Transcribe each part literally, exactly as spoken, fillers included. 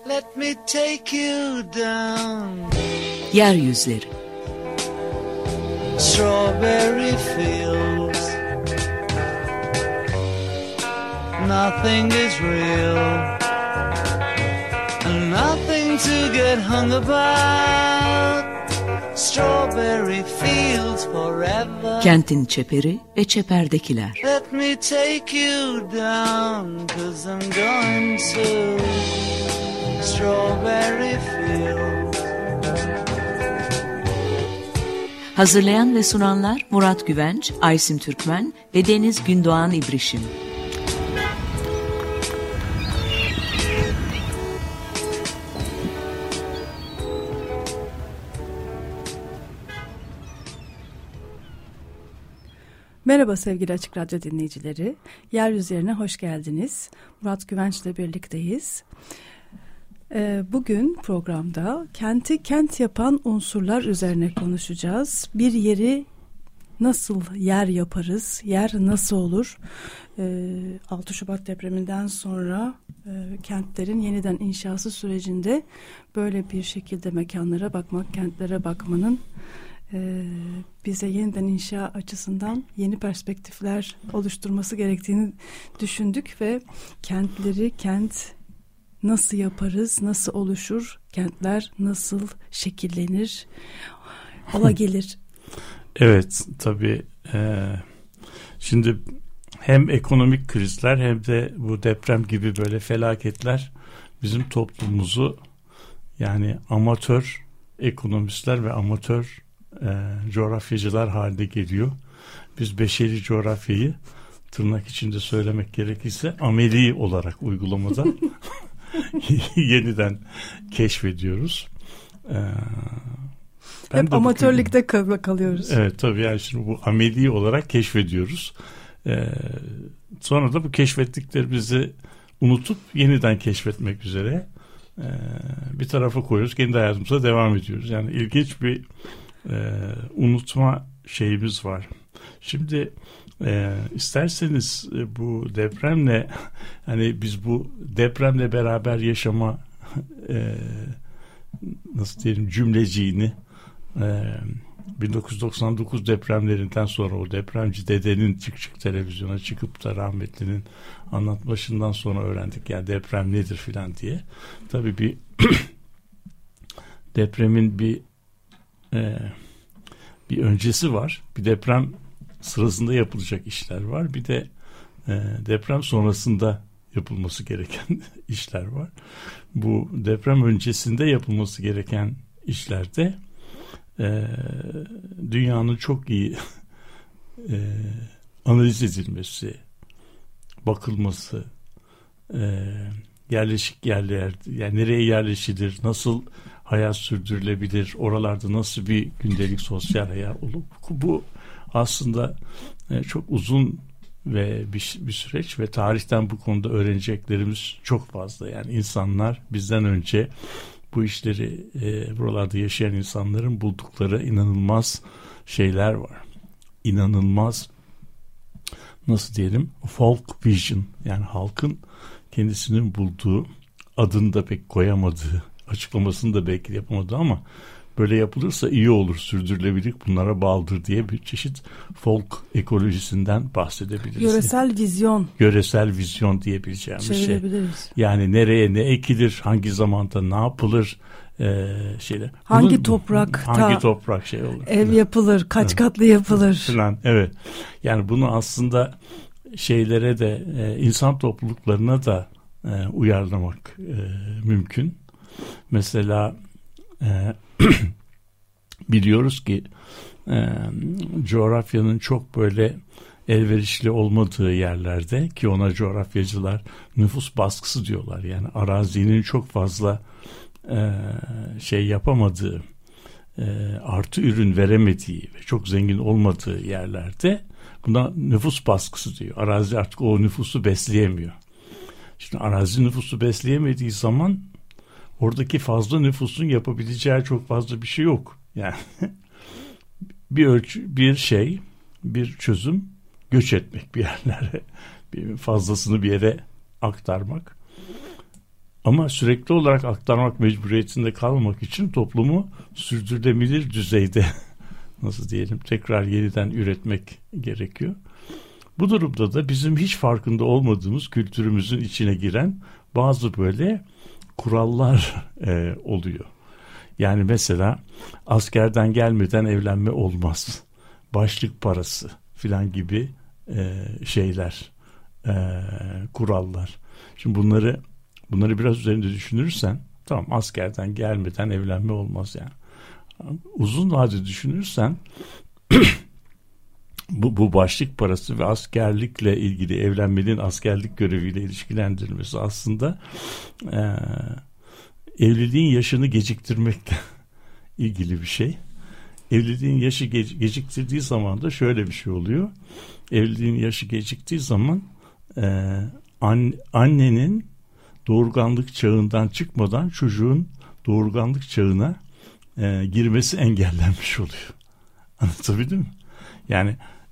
Let me take you down. Yeryüzleri. Strawberry fields. Nothing is real. And nothing to get hung about. Strawberry fields forever. Kentin çeperi ve çeperdekiler. Let me take you down, 'cause I'm going to Strawberry fields. Hazırlayan ve sunanlar Murat Güvenç, Aysim Türkmen ve Deniz Gündoğan İbrişim. Merhaba sevgili Açık Radyo dinleyicileri. Yeryüzlerine hoş geldiniz. Murat Güvenç ile birlikteyiz. Bugün programda kenti kent yapan unsurlar üzerine konuşacağız. Bir yeri nasıl yer yaparız? Yer nasıl olur? altı Şubat depreminden sonra kentlerin yeniden inşası sürecinde böyle bir şekilde mekanlara bakmak, kentlere bakmanın bize yeniden inşa açısından yeni perspektifler oluşturması gerektiğini düşündük ve kentleri, kent nasıl yaparız, nasıl oluşur, kentler nasıl şekillenir, ola gelir. Evet, tabii. E, şimdi hem ekonomik krizler hem de bu deprem gibi böyle felaketler bizim toplumumuzu, yani amatör ekonomistler ve amatör e, coğrafyacılar haline geliyor. Biz beşeri coğrafyayı, tırnak içinde söylemek gerekirse, ameli olarak uygulamada yeniden keşfediyoruz. Ee, ben Hep amatörlükte kal- kalıyoruz. Evet, tabii, yani şimdi bu ameli olarak keşfediyoruz. Ee, sonra da bu keşfettiklerimizi unutup yeniden keşfetmek üzere ee, bir tarafa koyuyoruz. Kendi hayatımıza devam ediyoruz. Yani ilginç bir e, unutma şeyimiz var. Şimdi e, isterseniz e, bu depremle, hani biz bu depremle beraber yaşama e, nasıl diyelim cümleciğini e, bin dokuz yüz doksan dokuz depremlerinden sonra o depremci dedenin çık çık televizyona çıkıp da rahmetlinin anlatmasından sonra öğrendik yani deprem nedir filan diye. Tabii bir depremin bir e, bir öncesi var. Bir deprem sırasında yapılacak işler var. Bir de e, deprem sonrasında yapılması gereken işler var. Bu deprem öncesinde yapılması gereken işlerde e, dünyanın çok iyi e, analiz edilmesi, bakılması, e, yerleşik yerler, yani nereye yerleşilir, nasıl hayat sürdürülebilir, oralarda nasıl bir gündelik sosyal hayat olur. Bu aslında e, çok uzun ve bir, bir süreç ve tarihten bu konuda öğreneceklerimiz çok fazla. Yani insanlar bizden önce bu işleri e, buralarda yaşayan insanların buldukları inanılmaz şeyler var. İnanılmaz, nasıl diyelim, folk vision, yani halkın kendisinin bulduğu, adını da pek koyamadığı, açıklamasını da belki yapamadı ama böyle yapılırsa iyi olur, sürdürülebilir, bunlara bağlıdır diye bir çeşit folk ekolojisinden bahsedebiliriz. Yöresel vizyon. Yöresel vizyon diyebileceğimiz şey. Yani nereye ne ekilir, hangi zamanda ne yapılır, e, şeyler. Hangi Bunun, toprakta hangi toprak şey olur, ev falan yapılır, kaç evet. katlı yapılır falan. Evet. Yani bunu aslında şeylere de e, insan topluluklarına da e, uyarlamak e, mümkün. Mesela e, biliyoruz ki e, coğrafyanın çok böyle elverişli olmadığı yerlerde, ki ona coğrafyacılar nüfus baskısı diyorlar. Yani arazinin çok fazla e, şey yapamadığı, e, artı ürün veremediği ve çok zengin olmadığı yerlerde buna nüfus baskısı diyor. Arazi artık o nüfusu besleyemiyor. Şimdi arazi nüfusu besleyemediği zaman oradaki fazla nüfusun yapabileceği çok fazla bir şey yok. Yani bir ölçü, bir şey, bir çözüm, göç etmek bir yerlere, bir fazlasını bir yere aktarmak. Ama sürekli olarak aktarmak mecburiyetinde kalmak için toplumu sürdürülebilir düzeyde nasıl diyelim tekrar yeniden üretmek gerekiyor. Bu durumda da bizim hiç farkında olmadığımız kültürümüzün içine giren bazı böyle kurallar e, oluyor. Yani mesela askerden gelmeden evlenme olmaz. Başlık parası filan gibi e, şeyler, e, kurallar. Şimdi bunları bunları biraz üzerinde düşünürsen, tamam, askerden gelmeden evlenme olmaz yani. Uzun vadede düşünürsen bu, bu başlık parası ve askerlikle ilgili evlenmenin askerlik göreviyle ilişkilendirilmesi aslında e, evliliğin yaşını geciktirmekle ilgili bir şey. Evliliğin yaşı ge- geciktirdiği zaman da şöyle bir şey oluyor. Evliliğin yaşı geciktiği zaman e, an, annenin doğurganlık çağından çıkmadan çocuğun doğurganlık çağına e, girmesi engellenmiş oluyor. Anlatabildim mi? Yani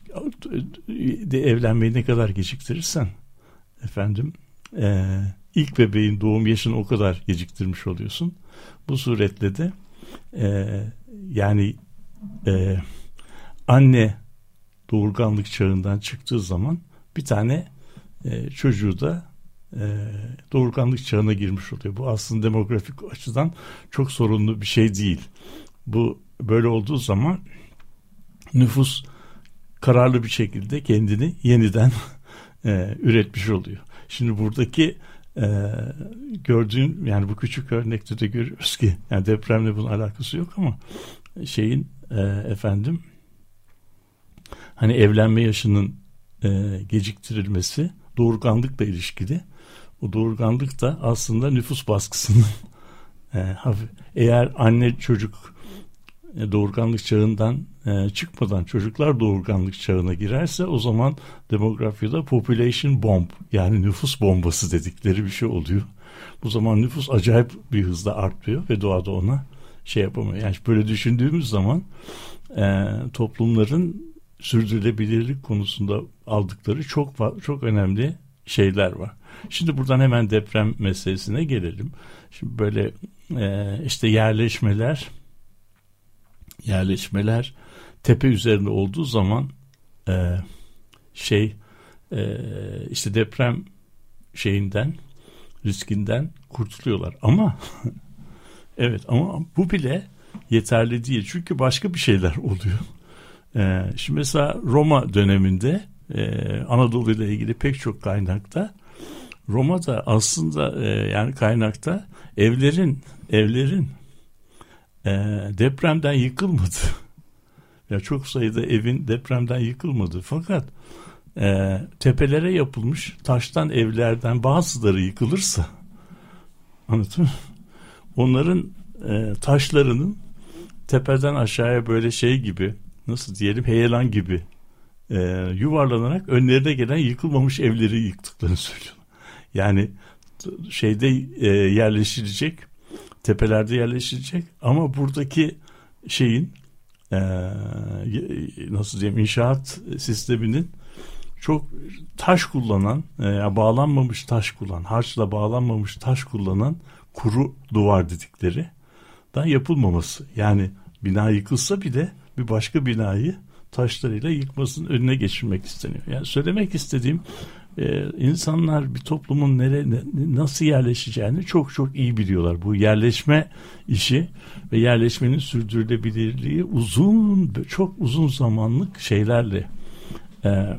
de evlenmeyi ne kadar geciktirirsen efendim e, ilk bebeğin doğum yaşını o kadar geciktirmiş oluyorsun. Bu suretle de e, yani e, anne doğurganlık çağından çıktığı zaman bir tane e, çocuğu da e, doğurganlık çağına girmiş oluyor. Bu aslında demografik açıdan çok sorunlu bir şey değil. Bu böyle olduğu zaman nüfus kararlı bir şekilde kendini yeniden e, üretmiş oluyor. Şimdi buradaki e, gördüğün, yani bu küçük örnekte de görüyoruz ki yani depremle bunun alakası yok ama şeyin e, efendim hani evlenme yaşının e, geciktirilmesi doğurganlıkla ilişkili. O doğurganlık da aslında nüfus baskısının e, hafif. Eğer anne çocuk e, doğurganlık çağından e, çıkmadan çocuklar doğurganlık çağına girerse o zaman demografide population bomb, yani nüfus bombası dedikleri bir şey oluyor. Bu zaman nüfus acayip bir hızla artıyor ve doğada ona şey yapamıyor. Yani böyle düşündüğümüz zaman e, toplumların sürdürülebilirlik konusunda aldıkları çok çok önemli şeyler var. Şimdi buradan hemen deprem meselesine gelelim. Şimdi böyle e, işte yerleşmeler yerleşmeler tepe üzerinde olduğu zaman e, şey e, işte deprem şeyinden, riskinden kurtuluyorlar. Ama evet, ama bu bile yeterli değil. Çünkü başka bir şeyler oluyor. E, şimdi mesela Roma döneminde e, Anadolu ile ilgili pek çok kaynakta, Roma'da aslında e, yani kaynakta evlerin evlerin e, depremden yıkılmadı. Ya çok sayıda evin depremden yıkılmadı. Fakat e, tepelere yapılmış taştan evlerden bazıları yıkılırsa, anladın mı? Onların e, taşlarının tepeden aşağıya böyle şey gibi, nasıl diyelim, heyelan gibi e, yuvarlanarak önlerine gelen yıkılmamış evleri yıktıklarını söylüyorlar. Yani şeyde e, yerleşilecek, tepelerde yerleşilecek ama buradaki şeyin e, nasıl diyeyim, inşaat sisteminin çok taş kullanan, e, bağlanmamış taş kullanan, harçla bağlanmamış taş kullanan kuru duvar dedikleri da yapılmaması. Yani bina yıkılsa bile bir başka binayı taşlarıyla yıkmasının önüne geçirmek isteniyor. Yani söylemek istediğim, Ee, insanlar bir toplumun nere, nasıl yerleşeceğini çok çok iyi biliyorlar. Bu yerleşme işi ve yerleşmenin sürdürülebilirliği uzun, çok uzun zamanlık şeylerle e,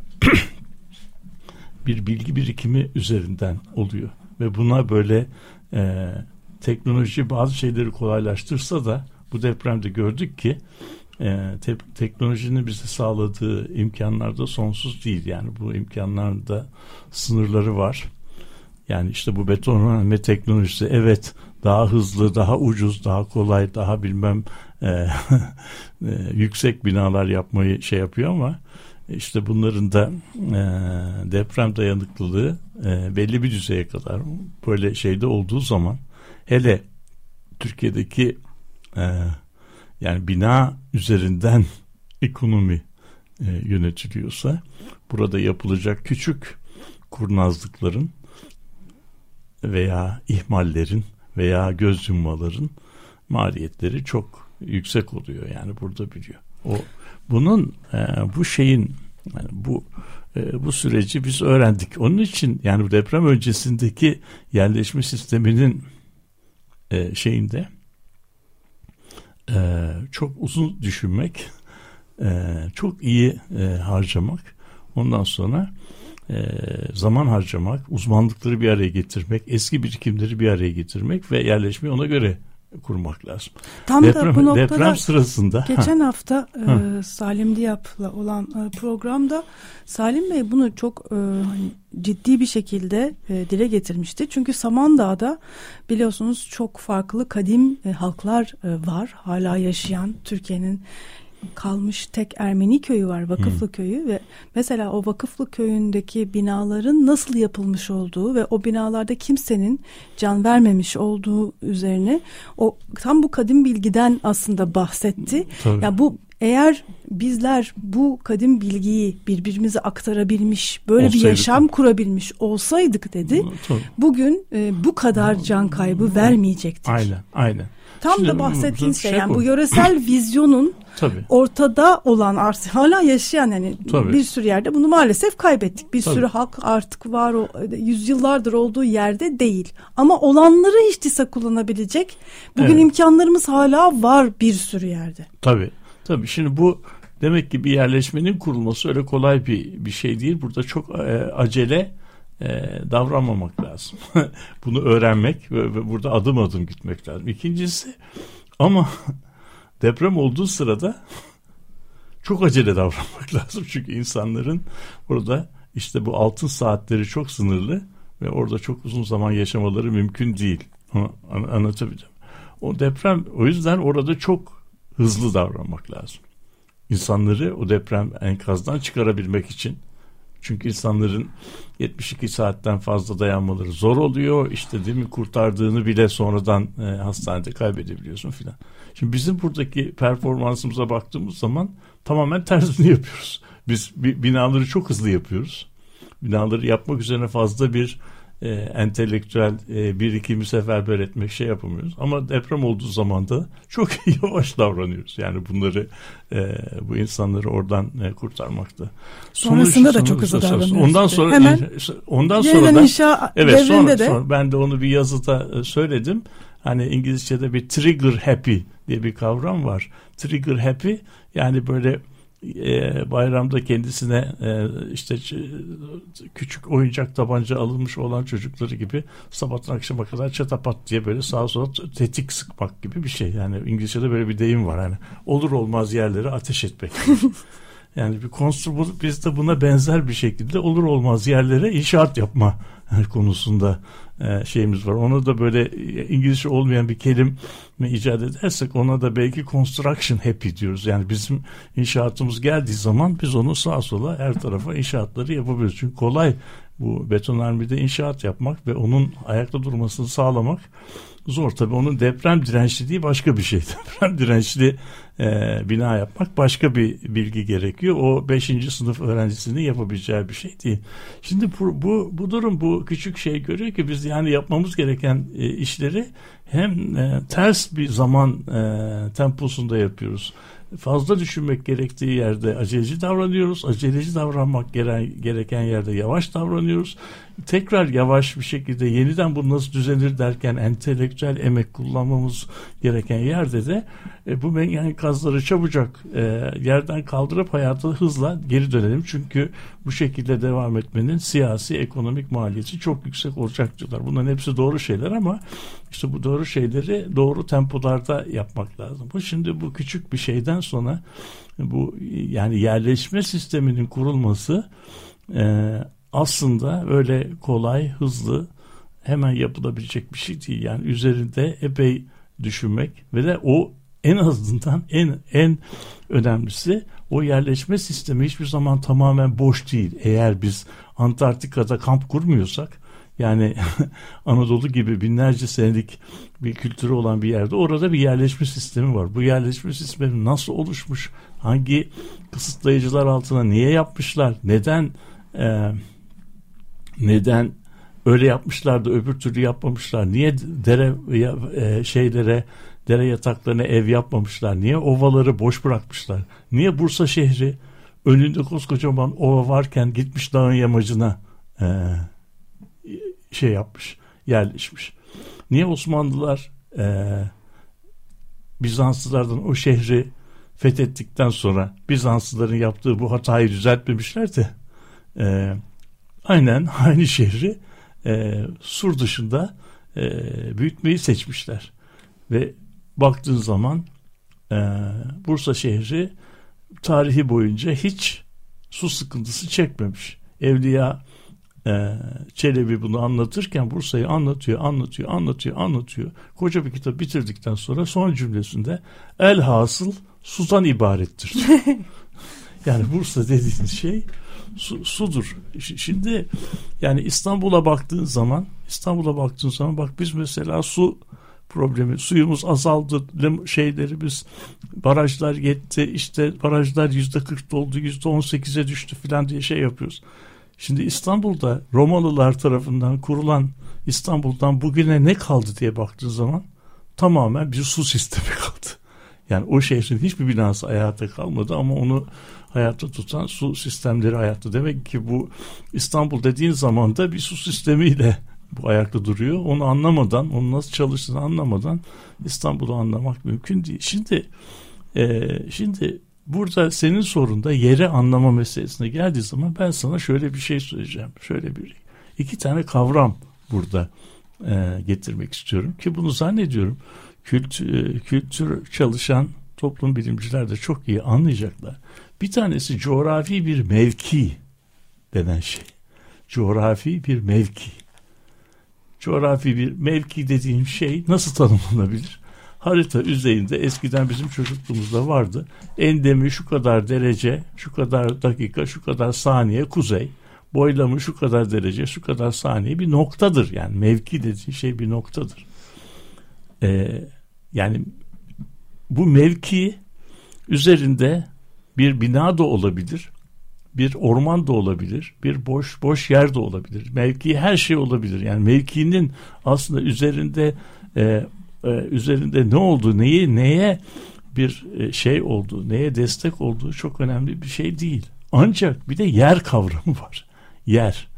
bir bilgi birikimi üzerinden oluyor. Ve buna böyle e, teknoloji bazı şeyleri kolaylaştırsa da bu depremde gördük ki Ee, te- teknolojinin bize sağladığı imkanlar da sonsuz değil. Yani bu imkanlarda sınırları var. Yani işte bu betonarme teknolojisi evet daha hızlı, daha ucuz, daha kolay, daha bilmem e, e, yüksek binalar yapmayı şey yapıyor ama işte bunların da e, deprem dayanıklılığı e, belli bir düzeye kadar böyle şeyde olduğu zaman, hele Türkiye'deki e, yani bina üzerinden ekonomi e, yönetiliyorsa, burada yapılacak küçük kurnazlıkların veya ihmallerin veya göz yummaların maliyetleri çok yüksek oluyor. Yani burada biliyor. O bunun e, bu şeyin yani bu e, bu süreci biz öğrendik. Onun için yani bu deprem öncesindeki yerleşme sisteminin e, şeyinde e, çok uzun düşünmek, e, çok iyi e, harcamak, ondan sonra e, zaman harcamak, uzmanlıkları bir araya getirmek, eski birikimleri bir araya getirmek ve yerleşmeyi ona göre kurmak lazım. Tam deprem, da bu noktada deprem sırasında geçen ha. hafta e, Salim Diyap'la olan e, programda Salim Bey bunu çok e, hani ciddi bir şekilde e, dile getirmişti. Çünkü Samandağ'da biliyorsunuz çok farklı kadim e, halklar e, var. Hala yaşayan Türkiye'nin kalmış tek Ermeni köyü var, Vakıflı hmm. köyü ve mesela o Vakıflı köyündeki binaların nasıl yapılmış olduğu ve o binalarda kimsenin can vermemiş olduğu üzerine o tam bu kadim bilgiden aslında bahsetti. Tabii. Ya bu eğer bizler bu kadim bilgiyi birbirimize aktarabilmiş, böyle olsaydık, bir yaşam kurabilmiş olsaydık dedi. Tabii. Bugün e, bu kadar can kaybı vermeyecektik. Aynen, aynen. Tam Şimdi, da bahsettiğiniz şey, şey yani bu yöresel vizyonun Tabii. ortada olan artık hala yaşayan yani Tabii. bir sürü yerde bunu maalesef kaybettik. Bir Tabii. sürü halk artık var o yüzyıllardır olduğu yerde değil. Ama olanları hiç değilse kullanabilecek bugün evet. imkanlarımız hala var bir sürü yerde. Tabii. Tabii. Şimdi bu demek ki bir yerleşmenin kurulması öyle kolay bir bir şey değil. Burada çok e, acele e, davranmamak lazım. Bunu öğrenmek ve, ve burada adım adım gitmek lazım. İkincisi ama deprem olduğu sırada çok acele davranmak lazım. Çünkü insanların orada işte bu altın saatleri çok sınırlı ve orada çok uzun zaman yaşamaları mümkün değil. Onu anlatabileceğim. O deprem o yüzden orada çok hızlı davranmak lazım. İnsanları o deprem enkazdan çıkarabilmek için. Çünkü insanların yetmiş iki saatten fazla dayanmaları zor oluyor. İşte değil mi kurtardığını bile sonradan e, hastanede kaybedebiliyorsun filan. Şimdi bizim buradaki performansımıza baktığımız zaman tamamen tersini yapıyoruz. Biz binaları çok hızlı yapıyoruz. Binaları yapmak üzerine fazla bir e, entelektüel e, birikimi seferber etmek şey yapamıyoruz. Ama deprem olduğu zaman da çok yavaş davranıyoruz. Yani bunları e, bu insanları oradan e, kurtarmakta. Sonrasında da çok hızlı davranıyoruz. Ondan sonra hemen ondan sonra da inşa evet sonra, de. sonra ben de onu bir yazıda söyledim. Hani İngilizce'de bir trigger happy diye bir kavram var. Trigger happy yani böyle e, bayramda kendisine e, işte küçük oyuncak tabanca alınmış olan çocukları gibi sabahtan akşama kadar çatapat diye böyle sağa sola tetik sıkmak gibi bir şey. Yani İngilizce'de böyle bir deyim var. Hani olur olmaz yerlere ateş etmek. Yani bir konstru biz de buna benzer bir şekilde olur olmaz yerlere inşaat yapma konusunda e, şeyimiz var. Onu da böyle İngilizce olmayan bir kelime icat edersek ona da belki construction happy diyoruz. Yani bizim inşaatımız geldiği zaman biz onu sağa sola her tarafa inşaatları yapabiliriz. Çünkü kolay bu betonarmede inşaat yapmak ve onun ayakta durmasını sağlamak zor. Tabii onun deprem dirençliliği başka bir şey. Deprem dirençli e, bina yapmak başka bir bilgi gerekiyor. O beşinci sınıf öğrencisinin yapabileceği bir şey değil. Şimdi bu, bu, bu durum bu küçük şey görüyor ki biz yani yapmamız gereken e, işleri hem e, ters bir zaman e, temposunda yapıyoruz. Fazla düşünmek gerektiği yerde aceleci davranıyoruz. Aceleci davranmak gereken yerde yavaş davranıyoruz. Tekrar yavaş bir şekilde yeniden bu nasıl düzenir derken entelektüel emek kullanmamız gereken yerde de e, bu enkazları çabucak e, yerden kaldırıp hayata hızla geri dönelim. Çünkü bu şekilde devam etmenin siyasi, ekonomik maliyeti çok yüksek olacak diyorlar. Bunların hepsi doğru şeyler ama işte bu doğru şeyleri doğru tempolarda yapmak lazım. Bu şimdi bu küçük bir şeyden sonra bu yani yerleşme sisteminin kurulması e, aslında öyle kolay, hızlı hemen yapılabilecek bir şey değil. Yani üzerinde epey düşünmek ve de o en azından en en önemlisi o yerleşme sistemi hiçbir zaman tamamen boş değil. Eğer biz Antarktika'da kamp kurmuyorsak yani Anadolu gibi binlerce senelik bir kültürü olan bir yerde orada bir yerleşme sistemi var. Bu yerleşme sistemi nasıl oluşmuş? Hangi kısıtlayıcılar altına niye yapmışlar? Neden e, neden öyle yapmışlar da öbür türlü yapmamışlar? Niye dere e, şeylere, dere yataklarına ev yapmamışlar? Niye ovaları boş bırakmışlar? Niye Bursa şehri önünde koskocaman ova varken gitmiş dağın yamacına e, şey yapmış, yerleşmiş? Niye Osmanlılar e, Bizanslılardan o şehri fethettikten sonra Bizanslıların yaptığı bu hatayı düzeltmemişler de e, aynen aynı şehri e, sur dışında e, büyütmeyi seçmişler. Ve baktığın zaman e, Bursa şehri tarihi boyunca hiç su sıkıntısı çekmemiş. Evliya e, Çelebi bunu anlatırken Bursa'yı anlatıyor, anlatıyor, anlatıyor, anlatıyor. Koca bir kitap bitirdikten sonra son cümlesinde elhasıl sudan ibarettir. Yani Bursa dediğiniz şey su, sudur. Şimdi yani İstanbul'a baktığın zaman İstanbul'a baktığın zaman bak biz mesela su problemi, suyumuz azaldı, şeylerimiz, barajlar yetti, işte barajlar yüzde kırk doldu, yüzde on sekize düştü filan diye şey yapıyoruz. Şimdi İstanbul'da Romalılar tarafından kurulan İstanbul'dan bugüne ne kaldı diye baktığın zaman tamamen bir su sistemi kaldı. Yani o şehrin hiçbir binası hayata kalmadı ama onu hayatta tutan su sistemleri hayatta. Demek ki bu İstanbul dediğin zaman da bir su sistemiyle bu ayakta duruyor. Onu anlamadan, onun nasıl çalıştığını anlamadan İstanbul'u anlamak mümkün değil. Şimdi e, şimdi burada senin sorunda yeri anlama meselesine geldiği zaman ben sana şöyle bir şey söyleyeceğim. Şöyle bir iki tane kavram burada e, getirmek istiyorum ki bunu zannediyorum kültür, kültür çalışan toplum bilimciler de çok iyi anlayacaklar. Bir tanesi coğrafi bir mevki denen şey. Coğrafi bir mevki. Coğrafi bir mevki dediğim şey nasıl tanımlanabilir? Harita üzerinde eskiden bizim çocukluğumuzda vardı. Endemi şu kadar derece, şu kadar dakika, şu kadar saniye kuzey. Boylamı şu kadar derece, şu kadar saniye bir noktadır. Yani mevki dediğin şey bir noktadır. Ee, yani bu mevki üzerinde bir bina da olabilir, bir orman da olabilir, bir boş boş yer de olabilir. Mevki her şey olabilir. Yani mevkinin aslında üzerinde e, e, üzerinde ne olduğu, neyi neye bir e, şey olduğu, neye destek olduğu çok önemli bir şey değil. Ancak bir de yer kavramı var. Yer.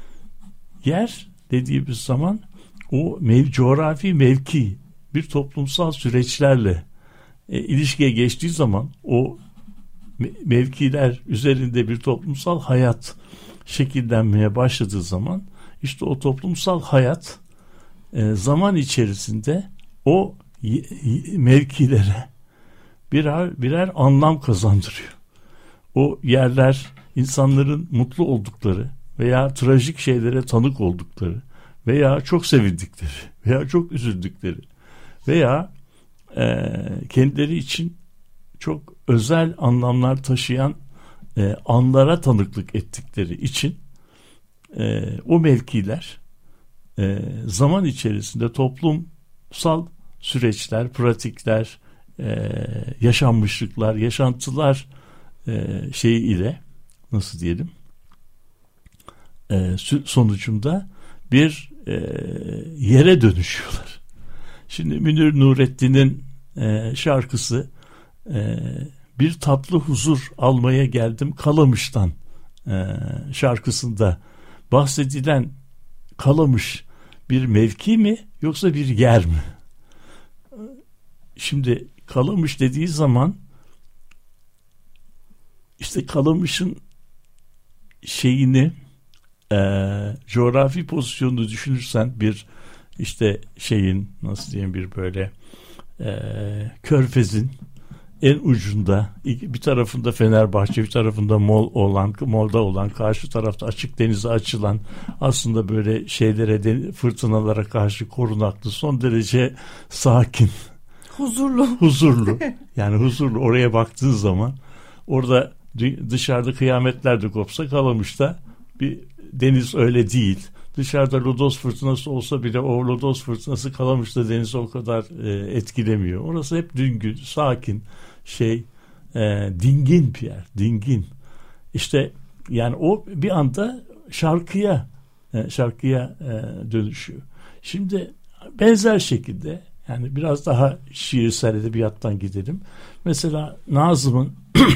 Yer dediğimiz zaman o mev, coğrafi mevki bir toplumsal süreçlerle e, ilişkiye geçtiği zaman o mevkiler üzerinde bir toplumsal hayat şekillenmeye başladığı zaman işte o toplumsal hayat e, zaman içerisinde o y- y- mevkilere birer birer anlam kazandırıyor. O yerler insanların mutlu oldukları veya trajik şeylere tanık oldukları veya çok sevindikleri veya çok üzüldükleri veya e, kendileri için çok özel anlamlar taşıyan e, anlara tanıklık ettikleri için e, o mevkiler e, zaman içerisinde toplumsal süreçler, pratikler, e, yaşanmışlıklar, yaşantılar e, şeyi ile nasıl diyelim e, sonucunda bir e, yere dönüşüyorlar. Şimdi Münir Nurettin'in e, şarkısı e, bir tatlı huzur almaya geldim Kalamış'tan e, şarkısında bahsedilen Kalamış bir mevki mi yoksa bir yer mi? Şimdi Kalamış dediği zaman işte Kalamış'ın şeyini e, coğrafi pozisyonunu düşünürsen bir işte şeyin nasıl diyeyim bir böyle e, Körfez'in en ucunda bir tarafında Fenerbahçe bir tarafında Mol olan Mol'da olan karşı tarafta açık denize açılan aslında böyle şeylere fırtınalara karşı korunaklı son derece sakin huzurlu huzurlu yani huzurlu oraya baktığın zaman orada dışarıda kıyametler de kopsa Kalamış'ta bir deniz öyle değil. Dışarıda lodos fırtınası olsa bile o lodos fırtınası Kalamış'ta denizi o kadar e, etkilemiyor. Orası hep düngün, sakin, şey, e, dingin bir yer, dingin. İşte yani o bir anda şarkıya e, şarkıya e, dönüşüyor. Şimdi benzer şekilde yani biraz daha şiirsel edebiyattan gidelim. Mesela Nazım'ın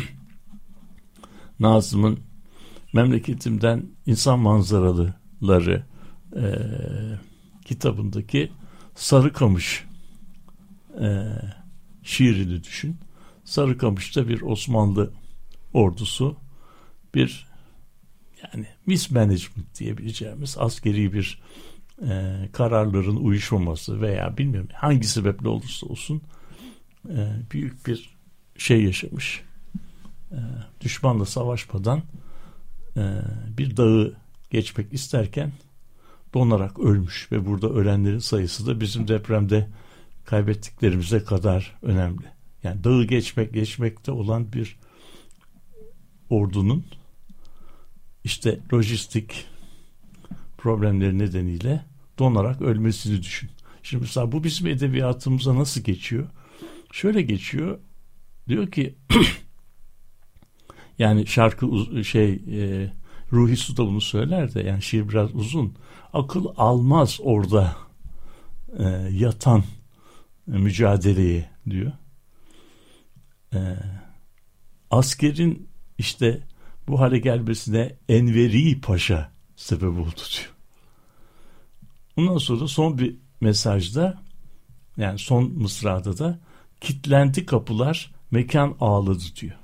Nazım'ın Memleketimden İnsan Manzaralıları e, kitabındaki Sarıkamış e, şiirini düşün. Sarıkamış'ta bir Osmanlı ordusu bir yani mismanagement diyebileceğimiz askeri bir e, kararların uyuşmaması veya bilmiyorum hangi sebeple olursa olsun e, büyük bir şey yaşamış. E, düşmanla savaşmadan e, bir dağı geçmek isterken donarak ölmüş ve burada ölenlerin sayısı da bizim depremde kaybettiklerimize kadar önemli. Yani dağı geçmek geçmekte olan bir ordunun işte lojistik problemleri nedeniyle donarak ölmesini düşün. Şimdi mesela bu bizim edebiyatımıza nasıl geçiyor? Şöyle geçiyor. Diyor ki yani şarkı şey e, Ruhi Su da bunu söyler de yani şiir biraz uzun. Akıl almaz orada e, yatan e, mücadeleye diyor. E, askerin işte bu hale gelmesine Enveri Paşa sebep oldu diyor. Ondan sonra son bir mesajda yani son mısrada da kitlendi kapılar mekan ağladı diyor.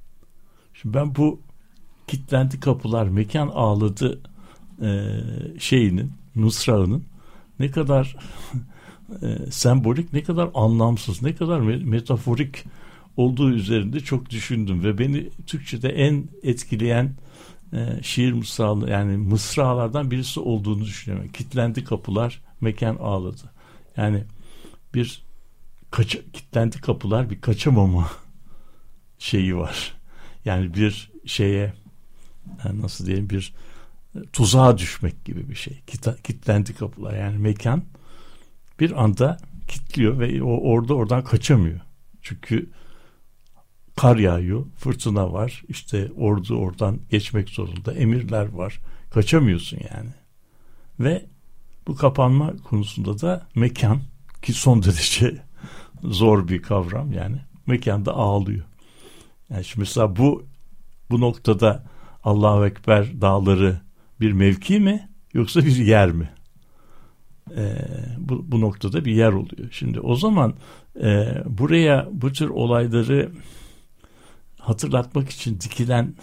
Şimdi ben bu kitlendi kapılar mekan ağladı e, şeyinin mısrağının ne kadar e, sembolik ne kadar anlamsız ne kadar metaforik olduğu üzerinde çok düşündüm ve beni Türkçe'de en etkileyen e, şiir mısralı yani mısralardan birisi olduğunu düşünüyorum. Kitlendi kapılar, mekan ağladı. Yani bir kaça, kitlendi kapılar bir kaçamama şeyi var. Yani bir şeye yani nasıl diyeyim bir tuzağa düşmek gibi bir şey. Kita, kitlendi kapılar yani mekan bir anda kilitliyor ve o orada oradan kaçamıyor. Çünkü kar yağıyor, fırtına var, işte ordu oradan geçmek zorunda, emirler var, kaçamıyorsun yani. Ve bu kapanma konusunda da mekan ki son derece zor bir kavram yani mekanda ağlıyor. Yani şimdi mesela bu bu noktada Allahu Ekber dağları bir mevki mi yoksa bir yer mi? Ee, bu, bu noktada bir yer oluyor. Şimdi o zaman e, buraya bu tür olayları hatırlatmak için dikilen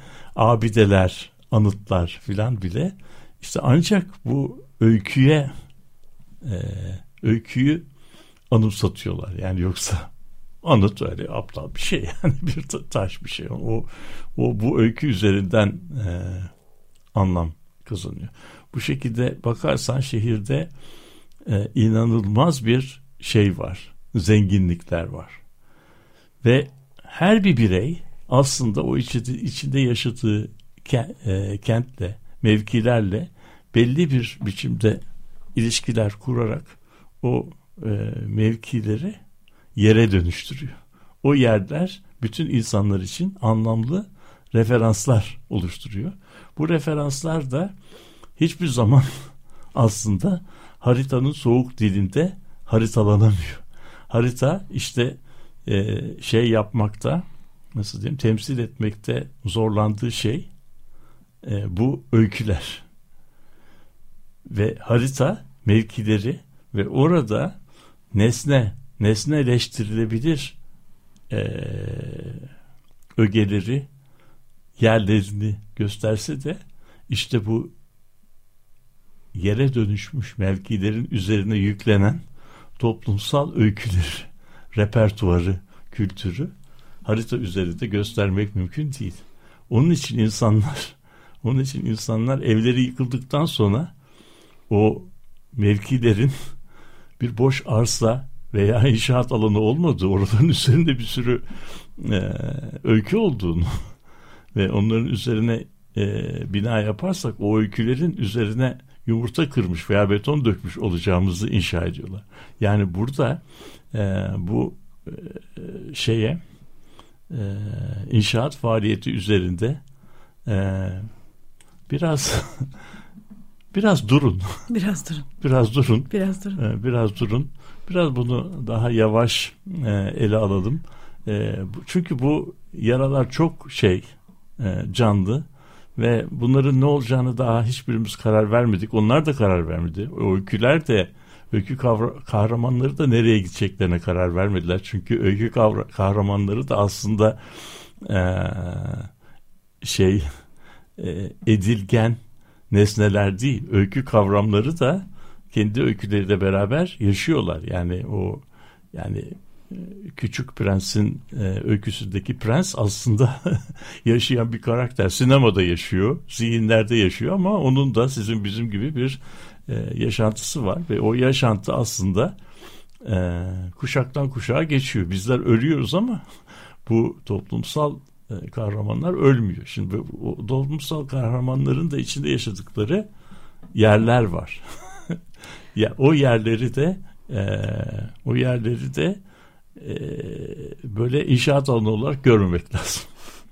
abideler, anıtlar filan bile işte ancak bu öyküye e, öyküyü anımsatıyorlar. Yani yoksa anıt öyle aptal bir şey yani bir taş bir şey. O o bu öykü üzerinden e, anlam kazanıyor. Bu şekilde bakarsan şehirde e, inanılmaz bir şey var. Zenginlikler var. Ve her bir birey aslında o içinde, içinde yaşadığı kentle, mevkilerle belli bir biçimde ilişkiler kurarak o e, mevkileri yere dönüştürüyor. O yerler bütün insanlar için anlamlı referanslar oluşturuyor. Bu referanslar da hiçbir zaman aslında haritanın soğuk dilinde haritalanamıyor. Harita işte e, şey yapmakta, nasıl diyeyim, temsil etmekte zorlandığı şey e, bu öyküler. Ve harita mevkileri ve orada nesne, nesneleştirilebilir e, ögeleri, yerlerini gösterse de işte bu yere dönüşmüş mevkilerin üzerine yüklenen toplumsal öyküleri, repertuarı, kültürü harita üzerinde göstermek mümkün değil. Onun için insanlar, onun için insanlar evleri yıkıldıktan sonra o mevkilerin bir boş arsa veya inşaat alanı olmadığı, oraların üzerinde bir sürü e, öykü olduğunu ve onların üzerine e, bina yaparsak o öykülerin üzerine yumurta kırmış veya beton dökmüş olacağımızı inşa ediyorlar. Yani burada e, bu e, şeye e, inşaat faaliyeti üzerinde e, biraz biraz durun. Biraz durun. Biraz durun. Biraz durun. Ee, biraz durun. Biraz bunu daha yavaş e, ele alalım. E, çünkü bu yaralar çok şey e, canlı ve bunların ne olacağını daha hiçbirimiz karar vermedik. Onlar da karar vermedi. O öyküler de, öykü kavra- kahramanları da nereye gideceklerine karar vermediler. Çünkü öykü kavra- kahramanları da aslında e, şey e, edilgen nesneler değil. Öykü kavramları da kendi öyküleriyle beraber yaşıyorlar. Yani o yani Küçük Prens'in e, öyküsündeki prens aslında yaşayan bir karakter. Sinemada yaşıyor, zihinlerde yaşıyor ama onun da sizin bizim gibi bir e, yaşantısı var ve o yaşantı aslında e, kuşaktan kuşağa geçiyor. Bizler ölüyoruz ama bu toplumsal e, kahramanlar ölmüyor. Şimdi o toplumsal kahramanların da içinde yaşadıkları yerler var. Ya o yerleri de e, o yerleri de e, böyle inşaat alanı olarak görmemek lazım.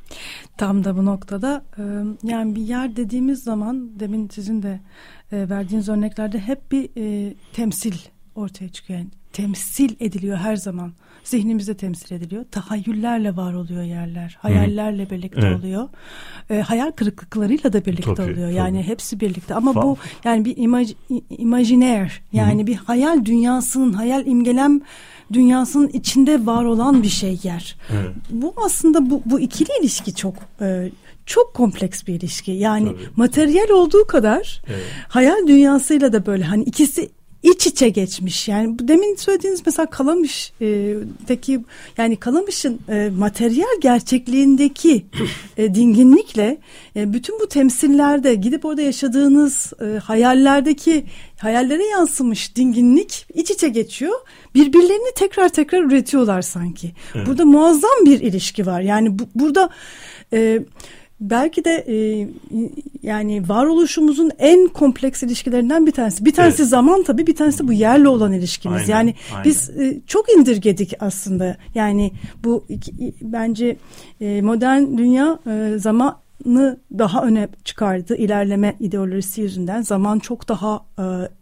Tam da bu noktada e, yani bir yer dediğimiz zaman demin sizin de e, verdiğiniz örneklerde hep bir e, temsil ortaya çıkıyor. Yani temsil ediliyor her zaman. Zihnimizde temsil ediliyor. Tahayyüllerle var oluyor yerler. Hayallerle Hı. birlikte evet. oluyor. E, hayal kırıklıklarıyla da birlikte tabii, oluyor. Tabii. Yani hepsi birlikte. Ama Fa- bu yani bir imaj, imajiner yani Hı. bir hayal dünyasının, hayal imgelem dünyasının içinde var olan bir şey yer. Evet. Bu aslında bu, bu ikili ilişki çok e, çok kompleks bir ilişki. Yani tabii. materyal olduğu kadar evet. hayal dünyasıyla da böyle hani ikisi iç içe geçmiş. Yani demin söylediğiniz mesela Kalamış'taki yani Kalamış'ın e, materyal gerçekliğindeki e, dinginlikle e, bütün bu temsillerde gidip orada yaşadığınız e, hayallerdeki hayallere yansımış dinginlik iç içe geçiyor. Birbirlerini tekrar tekrar üretiyorlar sanki. Evet. Burada muazzam bir ilişki var. Yani bu, burada e, belki de e, yani varoluşumuzun en kompleks ilişkilerinden bir tanesi. Bir tanesi evet. zaman tabii, bir tanesi bu yerle olan ilişkimiz. Aynen, yani aynen. biz e, çok indirgedik aslında. Yani bu iki, bence e, modern dünya e, zamanı daha öne çıkardı. İlerleme ideolojisi yüzünden zaman çok daha e,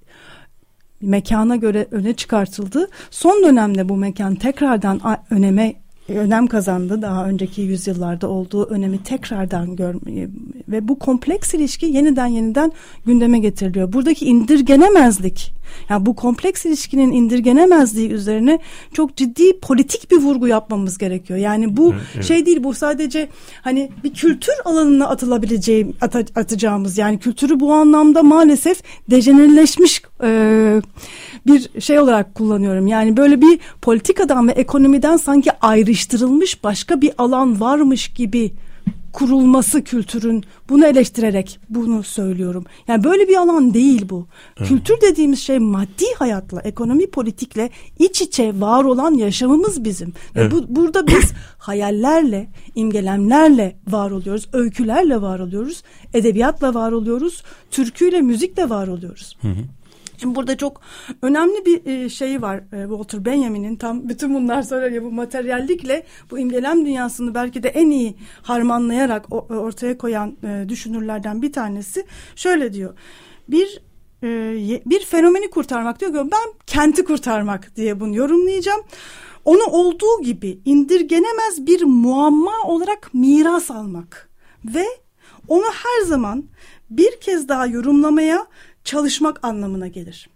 mekana göre öne çıkartıldı. Son dönemde bu mekan tekrardan öneme önem kazandı. Daha önceki yüzyıllarda olduğu önemi tekrardan görmeye ve bu kompleks ilişki yeniden yeniden gündeme getiriliyor. Buradaki indirgenemezlik, yani bu kompleks ilişkinin indirgenemezliği üzerine çok ciddi politik bir vurgu yapmamız gerekiyor. Yani bu evet. şey değil, bu sadece hani bir kültür alanına atılabileceğim at, atacağımız, yani kültürü bu anlamda maalesef dejenerleşmiş e, bir şey olarak kullanıyorum. Yani böyle bir politikadan ve ekonomiden sanki ayrıştırılmış başka bir alan varmış gibi kurulması kültürün, bunu eleştirerek bunu söylüyorum. Yani böyle bir alan değil bu. Evet. Kültür dediğimiz şey maddi hayatla, ekonomi politikle iç içe var olan yaşamımız bizim. Evet. Ve bu, burada biz hayallerle, imgelemlerle var oluyoruz, öykülerle var oluyoruz, edebiyatla var oluyoruz, türküyle, müzikle var oluyoruz. Hı hı. Şimdi burada çok önemli bir şey var. Walter Benjamin'in tam bütün bunlar söylüyor. Bu materyallikle bu imgelem dünyasını belki de en iyi harmanlayarak ortaya koyan düşünürlerden bir tanesi. Şöyle diyor. Bir bir fenomeni kurtarmak diyor. Ben kenti kurtarmak diye bunu yorumlayacağım. Onu olduğu gibi indirgenemez bir muamma olarak miras almak ve onu her zaman bir kez daha yorumlamaya çalışmak anlamına gelir.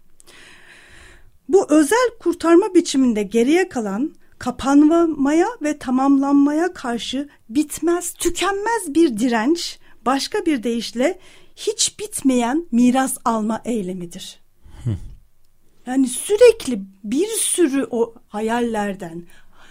Bu özel kurtarma biçiminde geriye kalan, kapanmaya ve tamamlanmaya karşı bitmez, tükenmez bir direnç, başka bir deyişle hiç bitmeyen miras alma eylemidir. Hı. Yani sürekli bir sürü o hayallerden,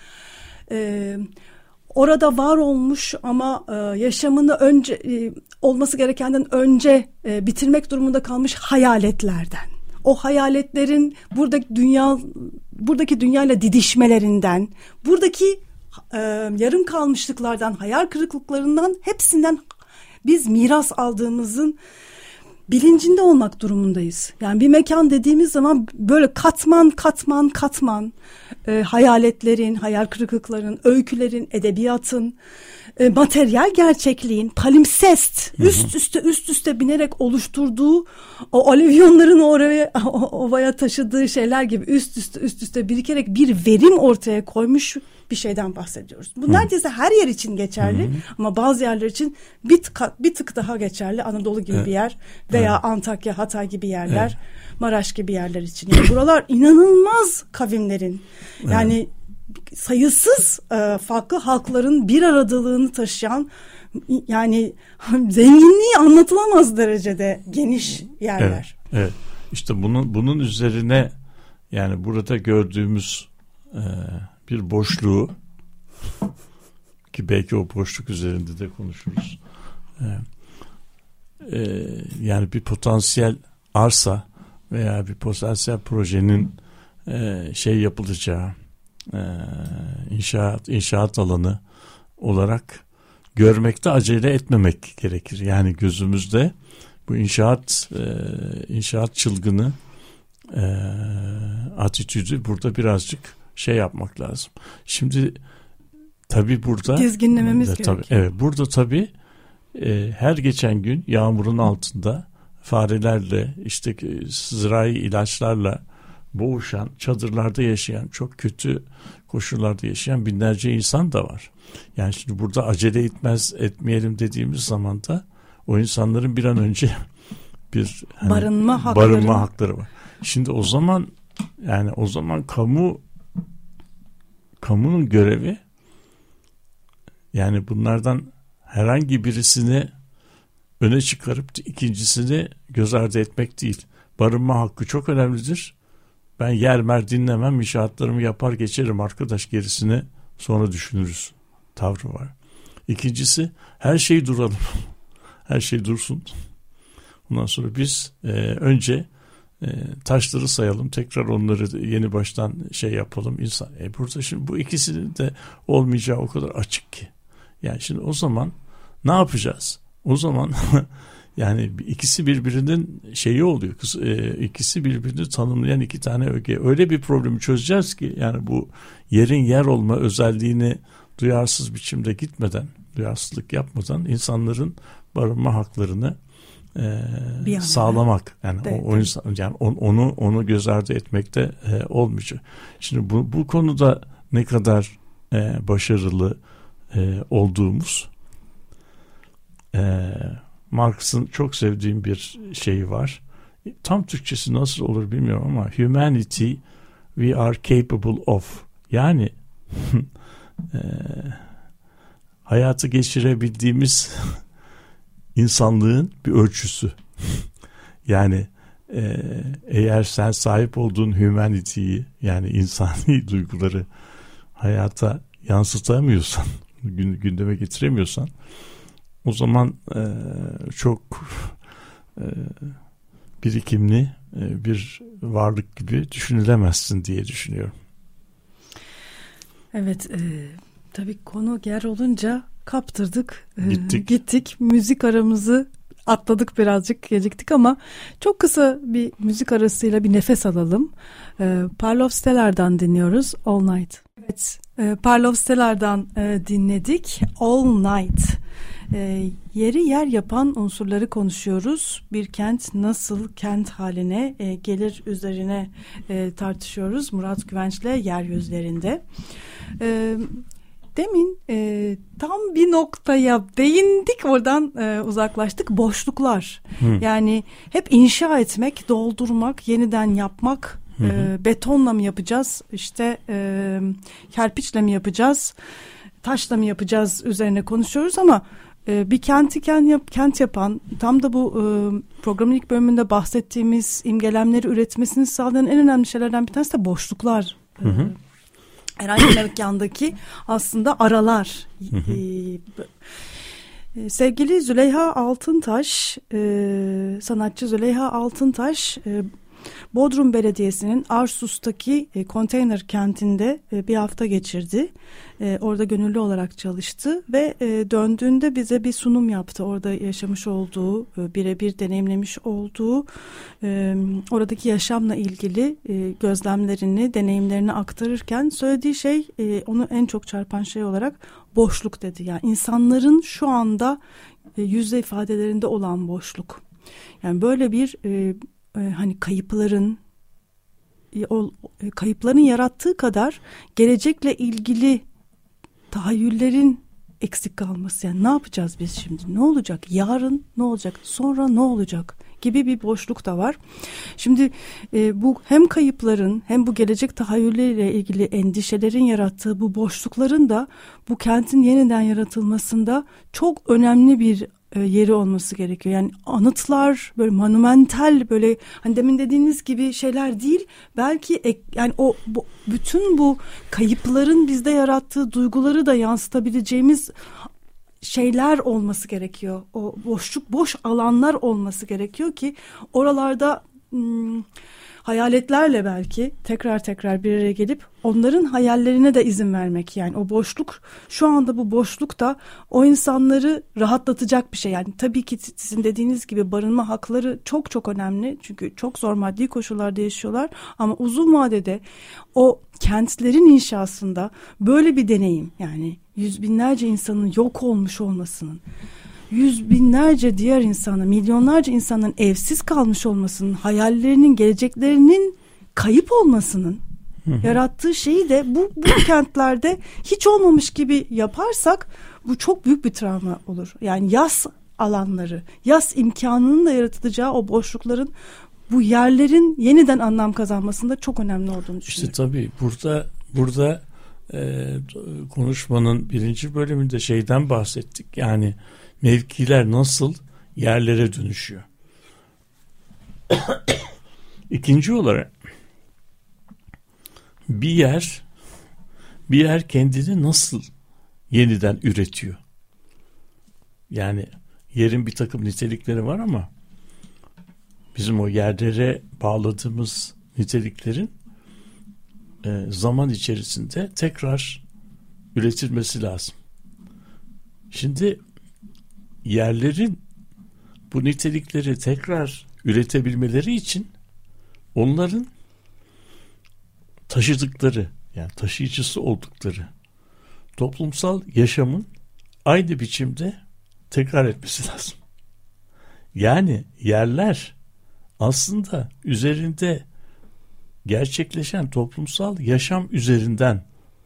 e, orada var olmuş ama e, yaşamını önce e, olması gerekenden önce e, bitirmek durumunda kalmış hayaletlerden, o hayaletlerin buradaki dünya buradaki dünyayla didişmelerinden, buradaki e, yarım kalmışlıklardan, hayal kırıklıklarından, hepsinden biz miras aldığımızın bilincinde olmak durumundayız. Yani bir mekan dediğimiz zaman böyle katman katman katman e, hayaletlerin, hayal kırıklıkların, öykülerin, edebiyatın, e, materyal gerçekliğin, palimpsest, hı hı. üst üste üst üste binerek oluşturduğu o alevyonların oraya ovaya taşıdığı şeyler gibi üst üste üst üste birikerek bir verim ortaya koymuş bir şeyden bahsediyoruz. Bu Hı. neredeyse her yer için geçerli, Hı. ama bazı yerler için bir tık, bir tık daha geçerli. Anadolu gibi evet. bir yer veya evet. Antakya, Hatay gibi yerler, evet. Maraş gibi yerler için. Yani buralar inanılmaz kavimlerin, evet. yani sayısız e, farklı halkların bir aradalığını taşıyan, yani zenginliği anlatılamaz derecede geniş yerler. Evet, evet. İşte bunun bunun üzerine, yani burada gördüğümüz e, bir boşluğu, ki belki o boşluk üzerinde de konuşuruz. Ee, e, yani bir potansiyel arsa veya bir potansiyel projenin e, şey yapılacağı e, inşaat inşaat alanı olarak görmekte acele etmemek gerekir. Yani gözümüzde bu inşaat e, inşaat çılgını e, atitüdü burada birazcık şey yapmak lazım. Şimdi tabii burada dizginlememiz e, gerekiyor. Tabii, evet, burada tabii e, her geçen gün yağmurun altında farelerle, işte zirai ilaçlarla boğuşan, çadırlarda yaşayan, çok kötü koşullarda yaşayan binlerce insan da var. Yani şimdi burada acele etmez etmeyelim dediğimiz zaman da o insanların bir an önce bir hani, barınma hakları. barınma hakları var. Şimdi o zaman yani o zaman kamu kamunun görevi, yani bunlardan herhangi birisini öne çıkarıp ikincisini göz ardı etmek değil. Barınma hakkı çok önemlidir. Ben yer mer dinlemem, inşaatlarımı yapar geçerim arkadaş, gerisini sonra düşünürüz tavrı var. İkincisi, her şey duralım. Her şey dursun. Ondan sonra biz e, önce e, taşları sayalım, tekrar onları yeni baştan şey yapalım insan. E burada şimdi bu ikisinin de olmayacağı o kadar açık ki. Yani şimdi o zaman ne yapacağız? O zaman yani ikisi birbirinin şeyi oluyor. E, ikisi birbirini tanımlayan iki tane öge. Öyle bir problemi çözeceğiz ki, yani bu yerin yer olma özelliğini duyarsız biçimde gitmeden, duyarsızlık yapmadan insanların barınma haklarını e, sağlamak. Yani evet. o, o insan, yani onu onu göz ardı etmekte e, olmayacak. Şimdi bu bu konuda ne kadar e, başarılı e, olduğumuz, e, Marx'ın çok sevdiğim bir şeyi var. Tam Türkçesi nasıl olur bilmiyorum ama humanity we are capable of. Yani e, hayatı geçirebildiğimiz insanlığın bir ölçüsü. Yani e, eğer sen sahip olduğun humanity'yi, yani insani duyguları hayata yansıtamıyorsan, gündeme getiremiyorsan, o zaman e, çok e, birikimli e, bir varlık gibi düşünülemezsin diye düşünüyorum. Evet, e, tabii konu ger olunca kaptırdık, gittik. E, gittik. Müzik aramızı atladık, birazcık geciktik ama çok kısa bir müzik arasıyla bir nefes alalım. E, Parlov Stellar'dan dinliyoruz All Night. Evet, e, Parlov Stellar'dan e, dinledik All Night. E, yeri yer yapan unsurları konuşuyoruz. Bir kent nasıl kent haline e, gelir üzerine e, tartışıyoruz. Murat Güvenç'le Yeryüzlerinde. E, demin e, tam bir noktaya değindik, oradan e, uzaklaştık. Boşluklar. Hı. Yani hep inşa etmek, doldurmak, yeniden yapmak. Hı hı. E, betonla mı yapacağız? İşte e, kerpiçle mi yapacağız? Taşla mı yapacağız? Üzerine konuşuyoruz ama bir kenti kent, yap, kent yapan, tam da bu e, programın ilk bölümünde bahsettiğimiz imgelemleri üretmesini sağlayan en önemli şeylerden bir tanesi de boşluklar. Hı hı. Herhangi bir mekandaki aslında aralar. Hı hı. E, sevgili Züleyha Altıntaş, e, sanatçı Züleyha Altıntaş, e, Bodrum Belediyesi'nin Arsus'taki e, konteyner kentinde e, bir hafta geçirdi. E, orada gönüllü olarak çalıştı ve e, döndüğünde bize bir sunum yaptı. Orada yaşamış olduğu, e, birebir deneyimlemiş olduğu, e, oradaki yaşamla ilgili e, gözlemlerini, deneyimlerini aktarırken söylediği şey, e, onu en çok çarpan şey olarak boşluk dedi. Yani insanların şu anda e, yüzde ifadelerinde olan boşluk. Yani böyle bir e, e, hani kayıpların e, o, e, kayıpların yarattığı kadar gelecekle ilgili tahayyüllerin eksik kalması. Yani ne yapacağız biz şimdi? Ne olacak? Yarın ne olacak? Sonra ne olacak? Gibi bir boşluk da var. Şimdi e, bu hem kayıpların hem bu gelecek tahayyülleriyle ilgili endişelerin yarattığı bu boşlukların da bu kentin yeniden yaratılmasında çok önemli bir e, yeri olması gerekiyor. Yani anıtlar, böyle monumental, böyle hani demin dediğiniz gibi şeyler değil. Belki ek, yani o bu, bütün bu kayıpların bizde yarattığı duyguları da yansıtabileceğimiz şeyler olması gerekiyor. O boşluk, boş alanlar olması gerekiyor ki oralarda hmm, hayaletlerle belki tekrar tekrar bir araya gelip onların hayallerine de izin vermek. Yani o boşluk, şu anda bu boşluk da o insanları rahatlatacak bir şey. Yani tabii ki sizin dediğiniz gibi barınma hakları çok çok önemli. Çünkü çok zor maddi koşullarda yaşıyorlar. Ama uzun vadede o kentlerin inşasında böyle bir deneyim, yani yüz binlerce insanın yok olmuş olmasının, yüz binlerce diğer insanın, milyonlarca insanın evsiz kalmış olmasının, hayallerinin, geleceklerinin kayıp olmasının hı hı. yarattığı şeyi de bu, bu kentlerde hiç olmamış gibi yaparsak bu çok büyük bir travma olur. Yani yas alanları, yas imkanının da yaratılacağı o boşlukların, bu yerlerin yeniden anlam kazanmasında çok önemli olduğunu düşünüyorum. İşte tabii burada burada e, konuşmanın birinci bölümünde şeyden bahsettik. Yani mevkiler nasıl yerlere dönüşüyor. İkinci olarak bir yer bir yer kendini nasıl yeniden üretiyor? Yani yerin bir takım nitelikleri var ama bizim o yerlere bağladığımız niteliklerin e, zaman içerisinde tekrar üretilmesi lazım. Şimdi yerlerin bu nitelikleri tekrar üretebilmeleri için onların taşıdıkları, yani taşıyıcısı oldukları toplumsal yaşamın aynı biçimde tekrar etmesi lazım. Yani yerler aslında üzerinde gerçekleşen toplumsal yaşam üzerinden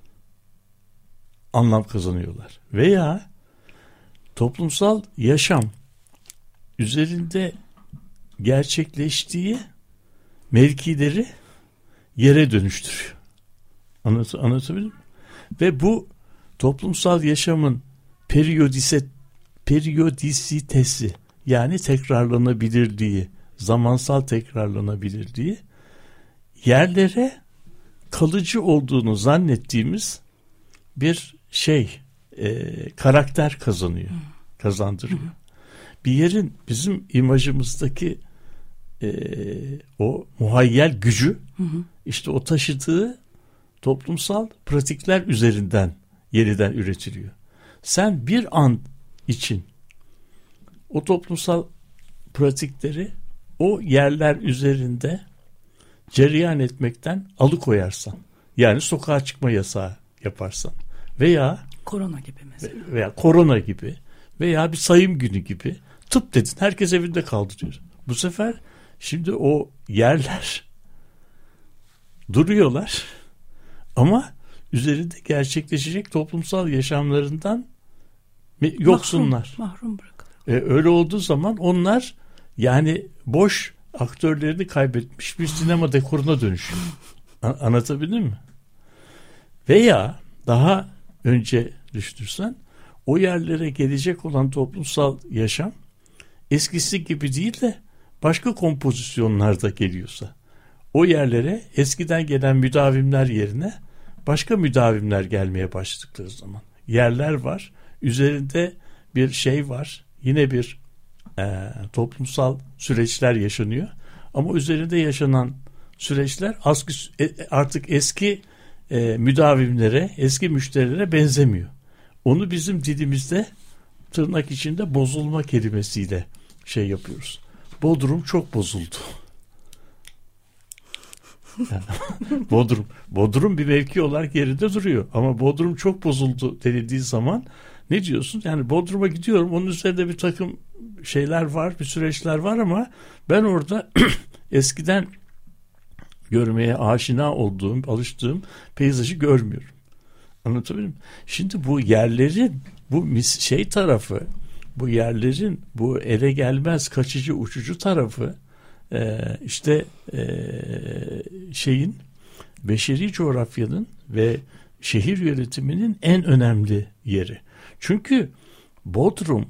anlam kazanıyorlar. Veya toplumsal yaşam üzerinde gerçekleştiği mevkileri yere dönüştürüyor. Anlat, anlatabildim mi? Ve bu toplumsal yaşamın periyodise, periyodisitesi, yani tekrarlanabilirliği, zamansal tekrarlanabilirliği, yerlere kalıcı olduğunu zannettiğimiz bir şey, e, karakter kazanıyor, kazandırıyor. Bir yerin bizim imajımızdaki e, o muhayyel gücü, işte o taşıdığı toplumsal pratikler üzerinden yeniden üretiliyor. Sen bir an için o toplumsal pratikleri o yerler üzerinde cereyan etmekten alıkoyarsan, yani sokağa çıkma yasağı yaparsan veya korona gibi mesela, veya korona gibi veya bir sayım günü gibi, tıp dedin, herkes evinde kaldı diyor. Bu sefer şimdi o yerler duruyorlar ama üzerinde gerçekleşecek toplumsal yaşamlarından yoksunlar. Mahrum, mahrum bırakılıyor. E, öyle olduğu zaman onlar yani boş aktörlerini kaybetmiş bir sinema dekoruna dönüşüyor. A- anlatabildim mi? Veya daha önce düşünürsen o yerlere gelecek olan toplumsal yaşam eskisi gibi değil de başka kompozisyonlarda geliyorsa, o yerlere eskiden gelen müdavimler yerine başka müdavimler gelmeye başladıkları zaman, yerler var, üzerinde bir şey var, yine bir e, toplumsal süreçler yaşanıyor Ama üzerinde yaşanan süreçler artık eski e, müdavimlere, eski müşterilere benzemiyor. Onu bizim dilimizde tırnak içinde bozulma kelimesiyle şey yapıyoruz. Bodrum çok bozuldu. Yani, Bodrum, Bodrum bir mevki olarak yerinde duruyor. Ama Bodrum çok bozuldu denildiği zaman ne diyorsun? Yani Bodrum'a gidiyorum, onun üzerinde bir takım şeyler var, bir süreçler var ama ben orada eskiden görmeye aşina olduğum, alıştığım peyzajı görmüyorum. Anlatabiliyor muyum? Şimdi bu yerlerin, bu şey tarafı, bu yerlerin bu ele gelmez, kaçıcı, uçucu tarafı e, işte e, şeyin, beşeri coğrafyanın ve şehir yönetiminin en önemli yeri. Çünkü Bodrum,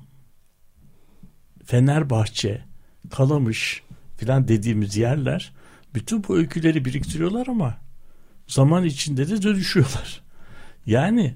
Fenerbahçe, Kalamış filan dediğimiz yerler bütün bu öyküleri biriktiriyorlar ama zaman içinde de dönüşüyorlar. Yani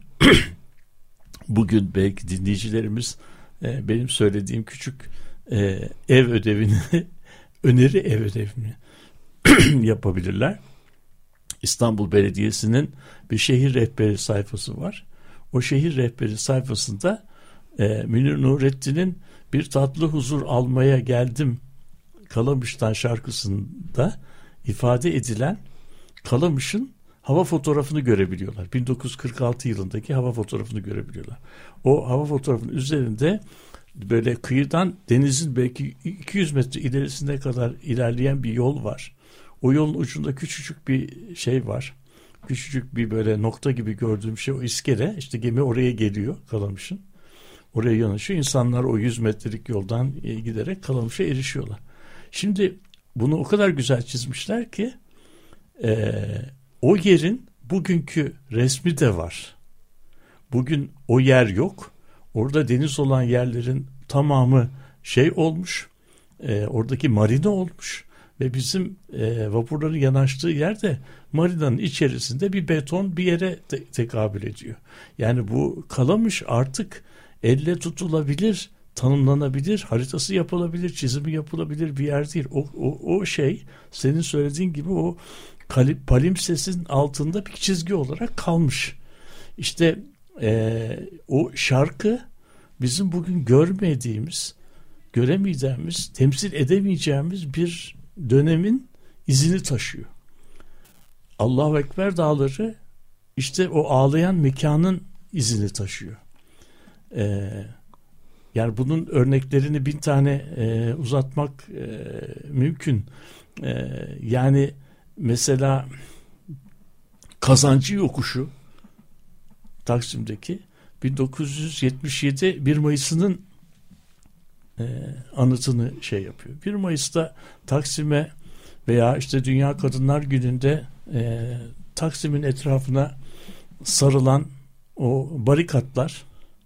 bugün belki dinleyicilerimiz e, benim söylediğim küçük e, ev ödevini, öneri ev ödevini yapabilirler. İstanbul Belediyesi'nin bir şehir rehberi sayfası var. O şehir rehberi sayfasında e, Münir Nurettin'in Bir Tatlı Huzur Almaya Geldim Kalamış'tan şarkısında ifade edilen Kalamış'ın hava fotoğrafını görebiliyorlar. bin dokuz yüz kırk altı yılındaki hava fotoğrafını görebiliyorlar. O hava fotoğrafının üzerinde böyle kıyıdan denizin belki iki yüz metre ilerisine kadar ilerleyen bir yol var. O yolun ucunda küçücük bir şey var. Küçücük bir böyle nokta gibi gördüğüm şey o iskele. İşte gemi oraya geliyor Kalamış'ın. Oraya yanaşıyor. İnsanlar o yüz metrelik yoldan giderek Kalamış'a erişiyorlar. Şimdi bunu o kadar güzel çizmişler ki e, o yerin bugünkü resmi de var. Bugün o yer yok. Orada deniz olan yerlerin tamamı şey olmuş. E, oradaki marina olmuş. Ve bizim e, vapurların yanaştığı yerde marinanın içerisinde bir beton bir yere te- tekabül ediyor. Yani bu Kalamış artık elle tutulabilir, tanımlanabilir, haritası yapılabilir, çizimi yapılabilir bir yer değil. O, o, o şey senin söylediğin gibi o palimpsesin altında bir çizgi olarak kalmış. İşte e, o şarkı bizim bugün görmediğimiz, göremeyeceğimiz, temsil edemeyeceğimiz bir dönemin izini taşıyor. Allahu Ekber dağları işte o ağlayan mekanın izini taşıyor. Ee, yani bunun örneklerini bin tane e, uzatmak e, mümkün. E, yani mesela Kazancı Yokuşu Taksim'deki bin dokuz yüz yetmiş yedi bir Mayıs'ının e, anıtını şey yapıyor. bir Mayıs'ta Taksim'e veya işte Dünya Kadınlar Günü'nde e, Taksim'in etrafına sarılan o barikatlar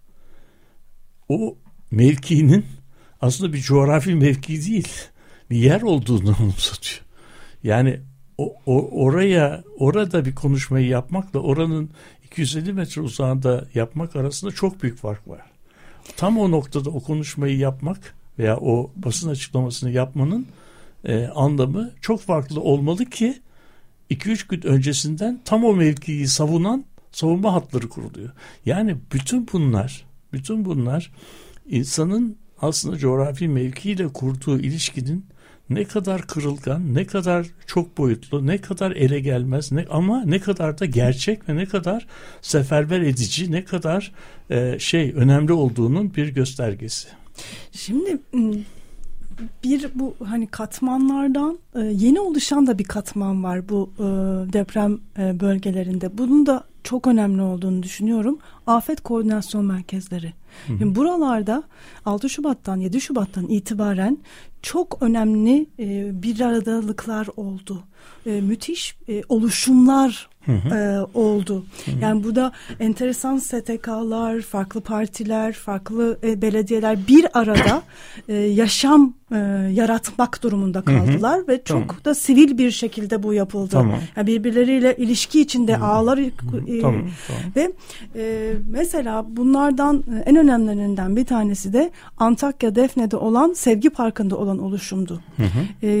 o mevkinin aslında bir coğrafi mevki değil, bir yer olduğunu anımsatıyor. Yani o, o oraya orada bir konuşmayı yapmakla oranın iki yüz elli metre uzağında yapmak arasında çok büyük fark var. Tam o noktada o konuşmayı yapmak veya o basın açıklamasını yapmanın e, anlamı çok farklı olmalı ki iki üç gün öncesinden tam o mevkiyi savunan savunma hatları kuruluyor. Yani bütün bunlar bütün bunlar insanın aslında coğrafi mevkiyle kurduğu ilişkinin ne kadar kırılgan, ne kadar çok boyutlu, ne kadar ele gelmez, ne, ama ne kadar da gerçek ve ne kadar seferber edici, ne kadar e, şey önemli olduğunun bir göstergesi. Şimdi bir bu hani katmanlardan yeni oluşan da bir katman var bu deprem bölgelerinde. Bunun da çok önemli olduğunu düşünüyorum. Afet koordinasyon merkezleri. Hı hı. Yani buralarda altı Şubat'tan yedi Şubat'tan itibaren çok önemli bir aradalıklar oldu. Müthiş oluşumlar Hı hı. E, oldu. Hı hı. Yani bu da enteresan S T K'lar, farklı partiler, farklı e, belediyeler bir arada e, yaşam e, yaratmak durumunda kaldılar hı hı. ve çok tamam. da sivil bir şekilde bu yapıldı. Tamam. Yani birbirleriyle ilişki içinde hı. ağlar e, tamam. Tamam. ve e, mesela bunlardan en önemlilerinden bir tanesi de Antakya Defne'de olan Sevgi Parkı'nda olan oluşumdu. Hı hı. E,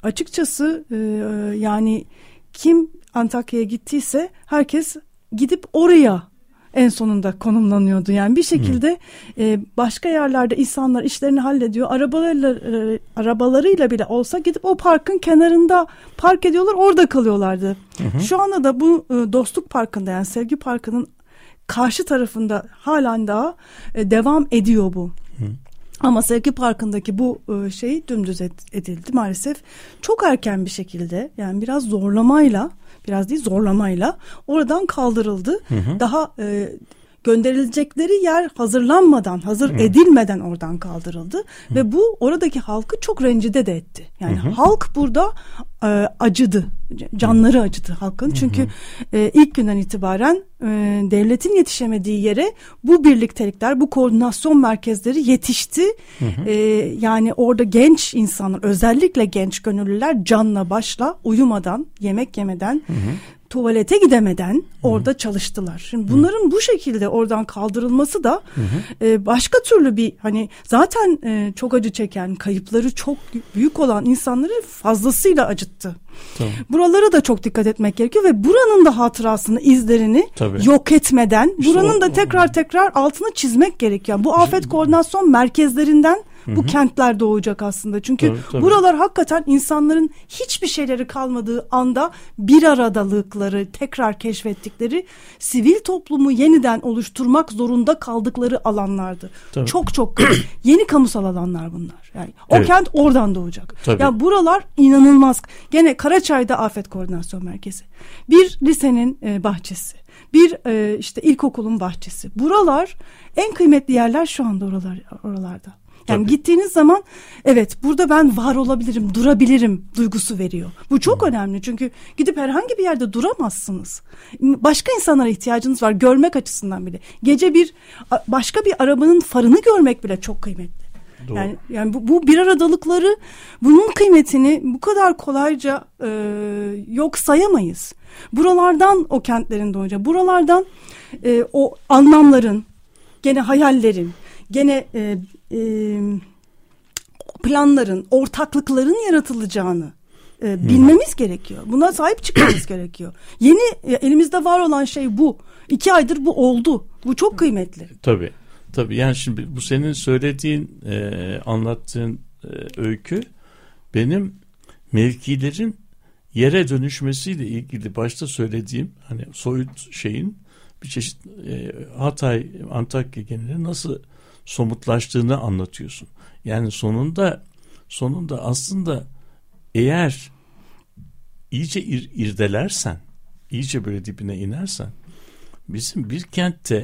açıkçası e, yani kim Antakya'ya gittiyse herkes gidip oraya en sonunda konumlanıyordu. Yani bir şekilde e, başka yerlerde insanlar işlerini hallediyor. Arabalarıyla, e, arabalarıyla bile olsa gidip o parkın kenarında park ediyorlar, orada kalıyorlardı. Hı hı. Şu anda da bu e, Dostluk Parkı'nda, yani Sevgi Parkı'nın karşı tarafında halen daha e, devam ediyor bu. Hı. Ama Sevgi Parkı'ndaki bu e, şey dümdüz edildi maalesef. Çok erken bir şekilde, yani biraz zorlamayla, biraz değil zorlamayla oradan kaldırıldı. Hı hı. Daha e, gönderilecekleri yer hazırlanmadan, hazır hı. edilmeden oradan kaldırıldı. Hı. Ve bu oradaki halkı çok rencide de etti. Yani hı hı. halk burada e, acıdı. Canları hı. acıdı halkın. Hı hı. Çünkü e, ilk günden itibaren e, devletin yetişemediği yere bu birliktelikler, bu koordinasyon merkezleri yetişti. Hı hı. E, yani orada genç insanlar, özellikle genç gönüllüler canla başla uyumadan, yemek yemeden, hı hı. tuvalete gidemeden orada Hı-hı. çalıştılar. Şimdi bunların Hı-hı. bu şekilde oradan kaldırılması da e, başka türlü bir, hani zaten e, çok acı çeken, kayıpları çok büyük olan insanları fazlasıyla acıttı. Tamam. Buralara da çok dikkat etmek gerekiyor ve buranın da hatırasını, izlerini Tabii. yok etmeden işte buranın o, da tekrar tekrar altını çizmek gerekiyor. Bu afet koordinasyon merkezlerinden bu Hı-hı. kentler doğacak aslında. Çünkü tabii, tabii. buralar hakikaten insanların hiçbir şeyleri kalmadığı anda bir aradalıkları tekrar keşfettikleri, sivil toplumu yeniden oluşturmak zorunda kaldıkları alanlardı. Tabii. Çok çok yeni kamusal alanlar bunlar. Yani o evet. kent oradan doğacak. Tabii. Ya buralar inanılmaz. Gene Karaçay'da Afet Koordinasyon Merkezi. Bir lisenin e, bahçesi. Bir e, işte ilkokulun bahçesi. Buralar en kıymetli yerler şu anda oralar, oralarda. Yani Tabii. gittiğiniz zaman evet burada ben var olabilirim, durabilirim duygusu veriyor. Bu çok hmm. önemli, çünkü gidip herhangi bir yerde duramazsınız. Başka insanlara ihtiyacınız var, görmek açısından bile. Gece bir başka bir arabanın farını görmek bile çok kıymetli. Doğru. Yani yani bu, bu bir aradalıkları, bunun kıymetini bu kadar kolayca e, yok sayamayız. Buralardan o kentlerin doğacağı, buralardan e, o anlamların, gene hayallerin, gene e, e, planların, ortaklıkların yaratılacağını e, bilmemiz gerekiyor. Buna sahip çıkmamız gerekiyor. Yeni e, elimizde var olan şey bu. İki aydır bu oldu. Bu çok kıymetli. Tabii. Tabii yani şimdi bu senin söylediğin, e, anlattığın e, öykü benim mevkilerin yere dönüşmesiyle ilgili başta söylediğim hani soyut şeyin bir çeşit e, Hatay, Antakya genelinde nasıl somutlaştığını anlatıyorsun. Yani sonunda sonunda aslında eğer iyice ir, irdelersen, iyice böyle dibine inersen, bizim bir kentte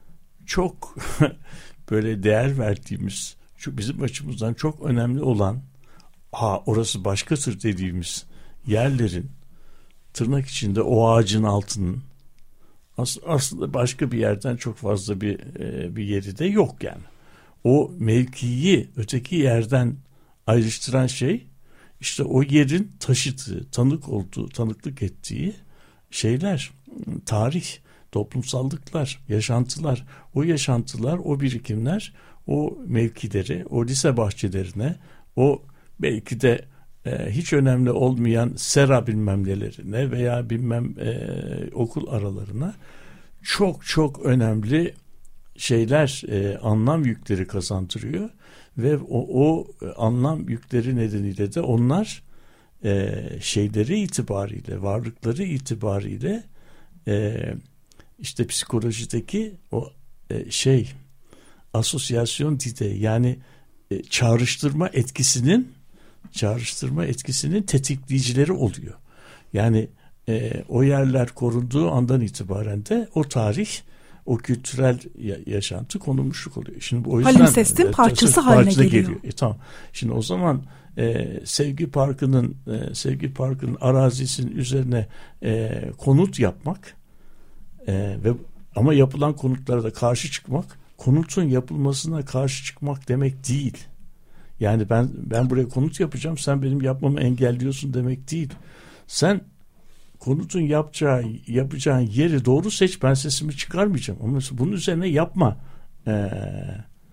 çok böyle değer verdiğimiz, şu bizim açımızdan çok önemli olan, ha orası başkasır dediğimiz yerlerin, tırnak içinde o ağacın altının as, aslında başka bir yerden çok fazla bir e, bir yeri de yok yani. O mevkiyi öteki yerden ayrıştıran şey işte o yerin taşıdığı, tanık olduğu, tanıklık ettiği şeyler, tarih, toplumsallıklar, yaşantılar. O yaşantılar, o birikimler o mevkileri, o lise bahçelerine, o belki de e, hiç önemli olmayan sera bilmem nelerine veya bilmem e, okul aralarına çok çok önemli şeyler, e, anlam yükleri kazandırıyor ve o, o anlam yükleri nedeniyle de onlar e, şeyleri itibariyle, varlıkları itibariyle e, işte psikolojideki o e, şey asosyasyon dide, yani e, çağrıştırma etkisinin çağrıştırma etkisinin tetikleyicileri oluyor. Yani e, o yerler korunduğu andan itibaren de o tarih, o kültürel yaşantı konulmuşluk oluyor. Şimdi o yüzden palimpsestin e, parçası haline geliyor. geliyor. E, tamam. Şimdi o zaman e, Sevgi Parkı'nın e, Sevgi Parkı'nın arazisinin üzerine e, konut yapmak e, ve ama yapılan konutlara da karşı çıkmak, konutun yapılmasına karşı çıkmak demek değil. Yani ben ben buraya konut yapacağım, sen benim yapmamı engelliyorsun demek değil. Sen konutun yapacağı, yapacağın yeri doğru seç, ben sesimi çıkarmayacağım. Ama bunun üzerine yapma ee,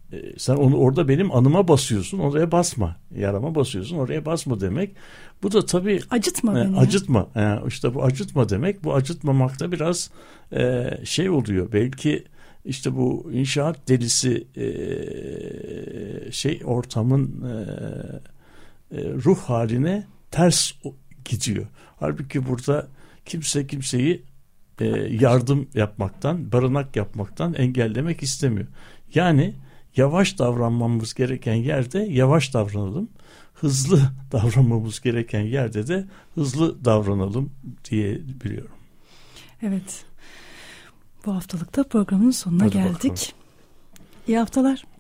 e, sen onu orada benim anıma basıyorsun, oraya basma. Yarama basıyorsun, oraya basma demek. Bu da tabii acıtma e, beni. Acıtma. Yani işte bu acıtma demek. Bu acıtmamakta biraz e, şey oluyor. Belki işte bu inşaat delisi e, şey ortamın e, e, ruh haline ters gidiyor. Halbuki burada kimse kimseyi e, yardım yapmaktan, barınak yapmaktan engellemek istemiyor. Yani yavaş davranmamız gereken yerde yavaş davranalım. Hızlı davranmamız gereken yerde de hızlı davranalım diye biliyorum. Evet. Bu haftalıkta programın sonuna Hadi geldik. bakalım. İyi haftalar.